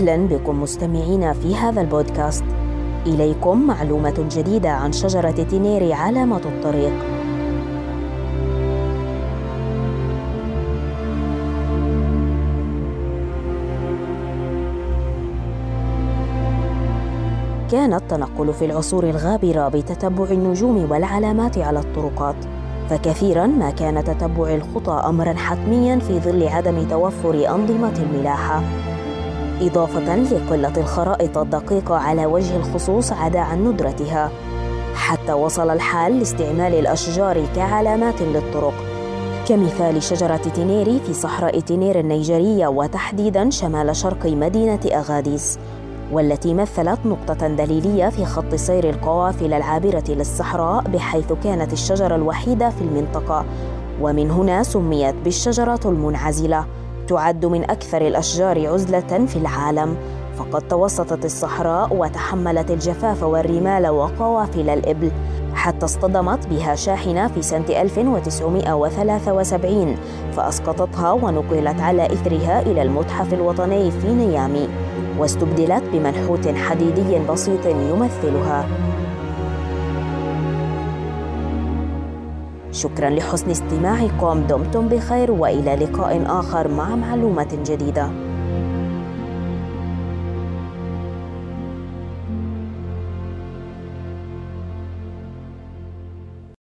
أهلا بكم مستمعينا في هذا البودكاست. إليكم معلومة جديدة عن شجرة تينيري علامة الطريق. كان التنقل في العصور الغابرة بتتبع النجوم والعلامات على الطرقات، فكثيراً ما كان تتبع الخطى أمراً حتمياً في ظل عدم توفر أنظمة الملاحة، إضافة لقلة الخرائط الدقيقة على وجه الخصوص عدا عن ندرتها، حتى وصل الحال لاستعمال الأشجار كعلامات للطرق، كمثال شجرة تينيري في صحراء تينير النيجيرية وتحديداً شمال شرق مدينة أغاديس، والتي مثلت نقطة دليلية في خط سير القوافل العابرة للصحراء، بحيث كانت الشجرة الوحيدة في المنطقة، ومن هنا سميت بالشجرة المنعزلة. تعد من أكثر الأشجار عزلة في العالم، فقد توسطت الصحراء وتحملت الجفاف والرمال وقوافل الإبل، حتى اصطدمت بها شاحنة في سنة 1973 فأسقطتها ونقلت على إثرها إلى المتحف الوطني في نيامي، واستبدلت بمنحوت حديدي بسيط يمثلها. شكراً لحسن استماعكم، دمتم بخير وإلى لقاء آخر مع معلومة جديدة.